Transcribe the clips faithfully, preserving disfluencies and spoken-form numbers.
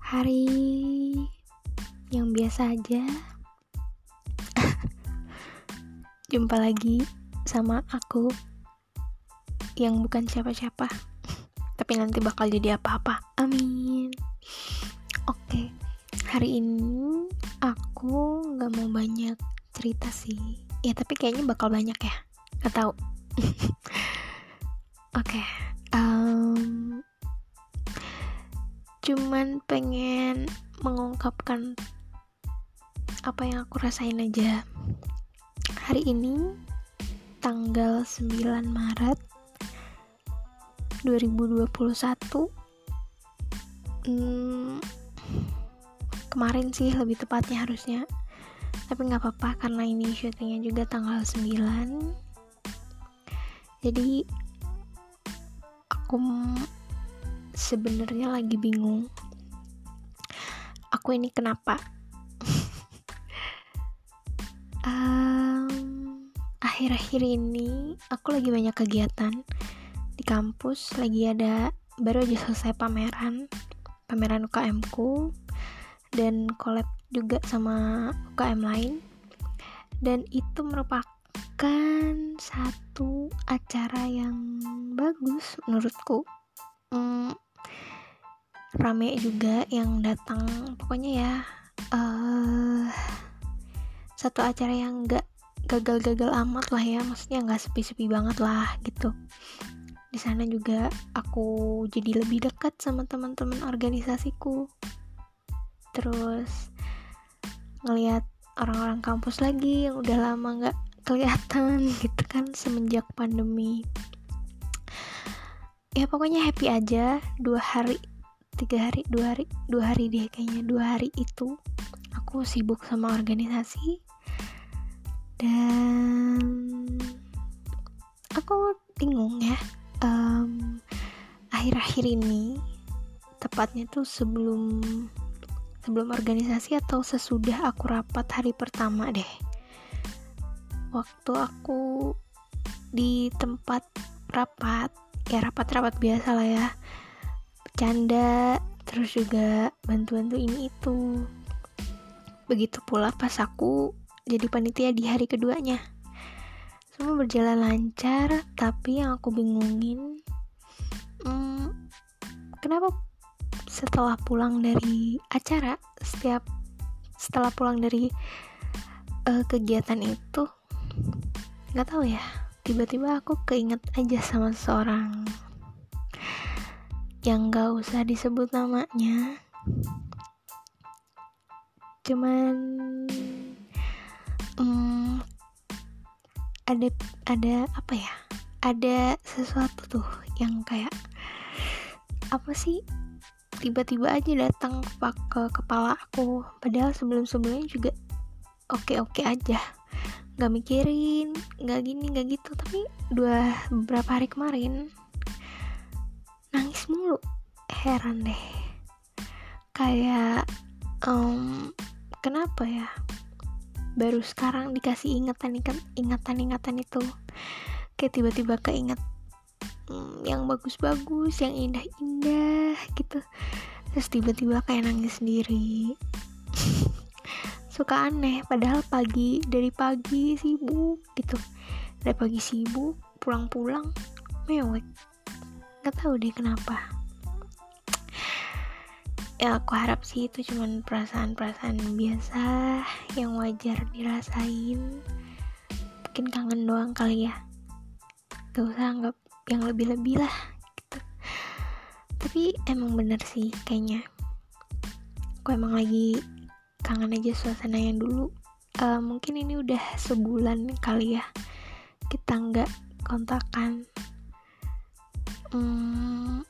Hari yang biasa aja. Jumpa lagi sama aku yang bukan siapa-siapa, tapi nanti bakal jadi apa-apa. Amin. Oke, hari ini aku gak mau banyak cerita sih. Ya tapi kayaknya bakal banyak ya, gak tahu. Oke, um, cuman pengen mengungkapkan apa yang aku rasain aja. Hari ini tanggal sembilan Maret dua ribu dua puluh satu. hmm, Kemarin sih lebih tepatnya harusnya, tapi gak apa-apa karena ini syutingnya juga tanggal sembilan. Jadi aku sebenarnya lagi bingung, aku ini kenapa. um, akhir-akhir ini aku lagi banyak kegiatan di kampus, lagi ada baru aja selesai pameran pameran U K M ku dan collab juga sama U K M lain, dan itu merupakan satu acara yang bagus menurutku. hmm, rame juga yang datang, pokoknya ya uh, satu acara yang gak gagal-gagal amat lah ya, maksudnya gak sepi-sepi banget lah gitu. Di sana juga aku jadi lebih dekat sama teman-teman organisasiku, terus ngelihat orang-orang kampus lagi yang udah lama gak kelihatan gitu kan semenjak pandemi. Ya pokoknya happy aja. Dua hari tiga hari dua hari dua hari deh kayaknya dua hari itu aku sibuk sama organisasi, dan aku bingung ya. um, akhir-akhir ini, tepatnya tuh sebelum sebelum organisasi atau sesudah aku rapat hari pertama deh, waktu aku di tempat rapat, ya rapat-rapat biasa lah ya, bercanda, terus juga bantu-bantu ini itu. Begitu pula pas aku jadi panitia di hari keduanya, semua berjalan lancar. Tapi yang aku bingungin, hmm, kenapa setelah pulang dari acara, setiap setelah pulang dari uh, kegiatan itu, nggak tahu ya, tiba-tiba aku keinget aja sama seseorang yang gak usah disebut namanya. Cuman um, ada ada apa ya? Ada sesuatu tuh yang kayak apa sih? Tiba-tiba aja datang ke, ke kepala aku. Padahal sebelum-sebelumnya juga oke-oke aja, nggak mikirin, nggak gini, nggak gitu. Tapi dua beberapa hari kemarin nangis mulu. Heran deh. Kayak um, kenapa ya? Baru sekarang dikasih ingatan-ingatan itu, kayak tiba-tiba keinget hmm, yang bagus-bagus, yang indah-indah gitu, terus tiba-tiba kayak nangis sendiri. Suka aneh, padahal pagi dari pagi sibuk gitu, dari pagi sibuk, pulang-pulang mewek, nggak tahu deh kenapa. Ya aku harap sih itu cuman perasaan-perasaan biasa yang wajar dirasain. Mungkin kangen doang kali ya, gak usah anggap yang lebih-lebih lah gitu. Tapi emang bener sih kayaknya, aku emang lagi kangen aja suasana yang dulu. uh, Mungkin ini udah sebulan kali ya kita gak kontakan. hmm,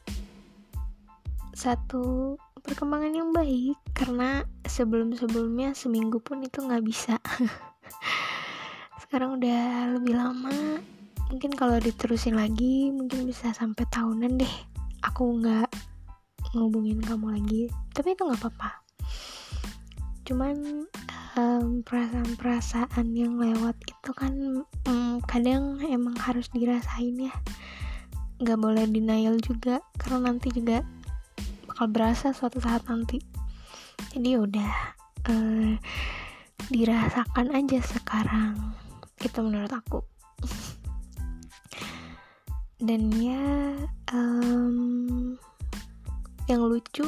Satu perkembangan yang baik, karena sebelum-sebelumnya seminggu pun itu gak bisa. Sekarang udah lebih lama. Mungkin kalau diterusin lagi mungkin bisa sampai tahunan deh aku gak ngubungin kamu lagi. Tapi itu gak apa-apa. Cuman um, perasaan-perasaan yang lewat itu kan um, kadang emang harus dirasain ya, gak boleh denial juga, karena nanti juga bakal berasa suatu saat nanti. Jadi udah uh, dirasakan aja sekarang, itu menurut aku. Dan ya um, yang lucu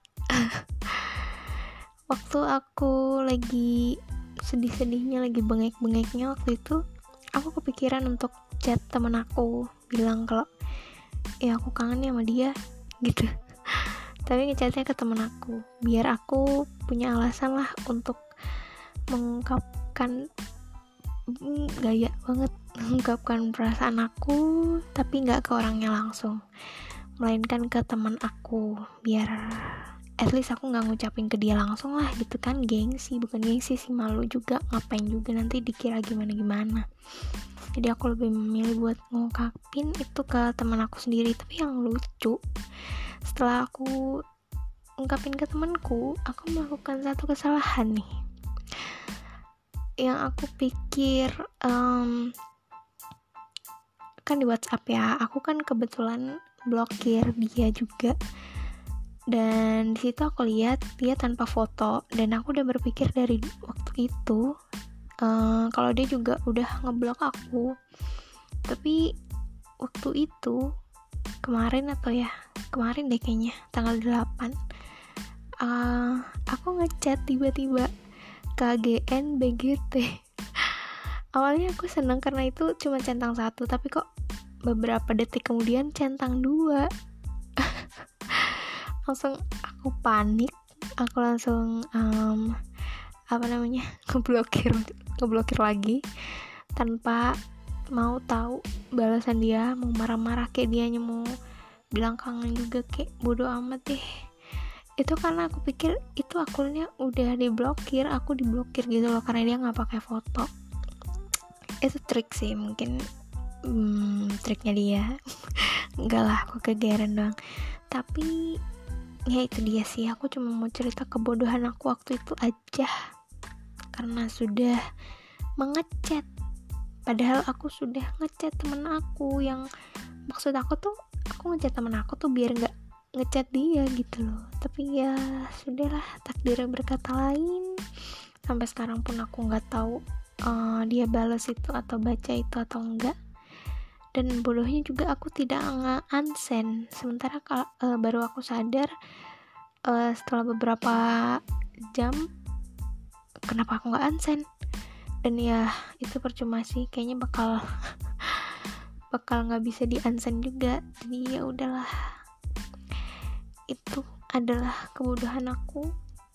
waktu aku lagi sedih-sedihnya, lagi bengek-bengeknya waktu itu, aku kepikiran untuk chat temen aku, bilang kalau ya aku kangen ya sama dia gitu. Tapi ngechatnya ke temen aku, biar aku punya alasan lah untuk mengungkapkan, gaya banget mengungkapkan perasaan aku, tapi nggak ke orangnya langsung, melainkan ke teman aku, biar at least aku nggak ngucapin ke dia langsung lah gitu kan. Gengsi, bukan gengsi sih, malu juga, ngapain juga nanti dikira gimana-gimana. Jadi aku lebih memilih buat ngungkapin itu ke teman aku sendiri. Tapi yang lucu, setelah aku ungkapin ke temanku, aku melakukan satu kesalahan nih, yang aku pikir um, kan di WhatsApp ya, aku kan kebetulan blokir dia juga, dan di situ aku lihat dia tanpa foto, dan aku udah berpikir dari waktu itu uh, kalau dia juga udah ngeblok aku. Tapi waktu itu kemarin atau ya kemarin deh kayaknya, tanggal delapan, uh, aku ngechat tiba-tiba K G N B G T. Awalnya aku seneng karena itu cuma centang satu, tapi kok beberapa detik kemudian centang dua. Langsung aku panik, aku langsung um, apa namanya ngeblokir ngeblokir lagi tanpa mau tahu balasan dia, mau marah-marah kayak dianya, mau bilang kangen juga, kayak bodo amat deh. Itu karena aku pikir itu akunnya udah diblokir, aku diblokir gitu loh, karena dia nggak pakai foto. Itu trik sih mungkin, hmm, triknya dia. Enggak lah, aku kegeran doang. Tapi ya itu dia sih, aku cuma mau cerita kebodohan aku waktu itu aja, karena sudah mengechat, padahal aku sudah ngechat temen aku. Yang maksud aku tuh, aku ngechat temen aku tuh biar nggak ngechat dia gitu loh. Tapi ya sudahlah, takdirnya berkata lain. Sampai sekarang pun aku nggak tahu uh, dia balas itu atau baca itu atau enggak. Dan bodohnya juga aku tidak nge-unsend. Sementara kalau uh, baru aku sadar uh, setelah beberapa jam, kenapa aku nggak unsend. Dan ya itu percuma sih, kayaknya bakal bakal nggak bisa di unsend juga. Jadi ya udahlah, itu adalah kebodohan aku.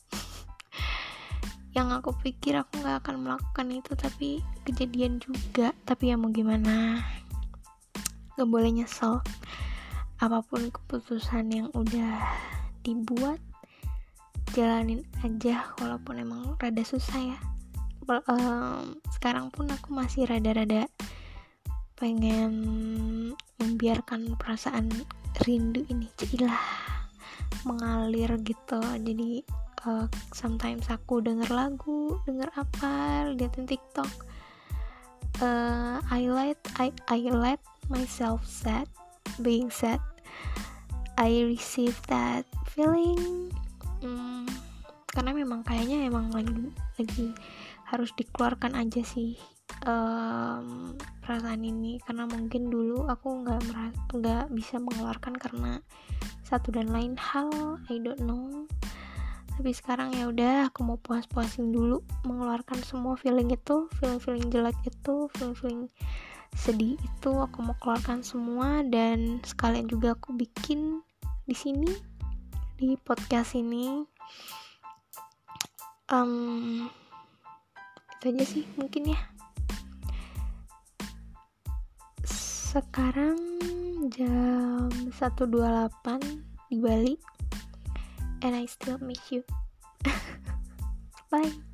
Yang aku pikir aku gak akan melakukan itu, tapi kejadian juga. Tapi ya mau gimana, gak boleh nyesel. Apapun keputusan yang udah dibuat, jalanin aja, walaupun emang rada susah ya. um, Sekarang pun aku masih rada-rada pengen membiarkan perasaan rindu ini jadilah mengalir gitu. Jadi Uh, sometimes aku denger lagu, denger apa, liatin TikTok, uh, I let I I let myself sad, being sad. I receive that feeling, hmm, karena memang kayaknya emang lagi lagi harus dikeluarkan aja sih um, perasaan ini. Karena mungkin dulu aku nggak nggak bisa mengeluarkan karena satu dan lain hal, I don't know. Tapi sekarang ya udah, aku mau puas-puasin dulu mengeluarkan semua feeling itu, feeling-feeling jelek itu, feeling-feeling sedih itu aku mau keluarkan semua. Dan sekalian juga aku bikin di sini, di podcast ini. Um, itu aja sih mungkin ya. Sekarang jam satu dua puluh delapan di Bali. And I still miss you. Bye.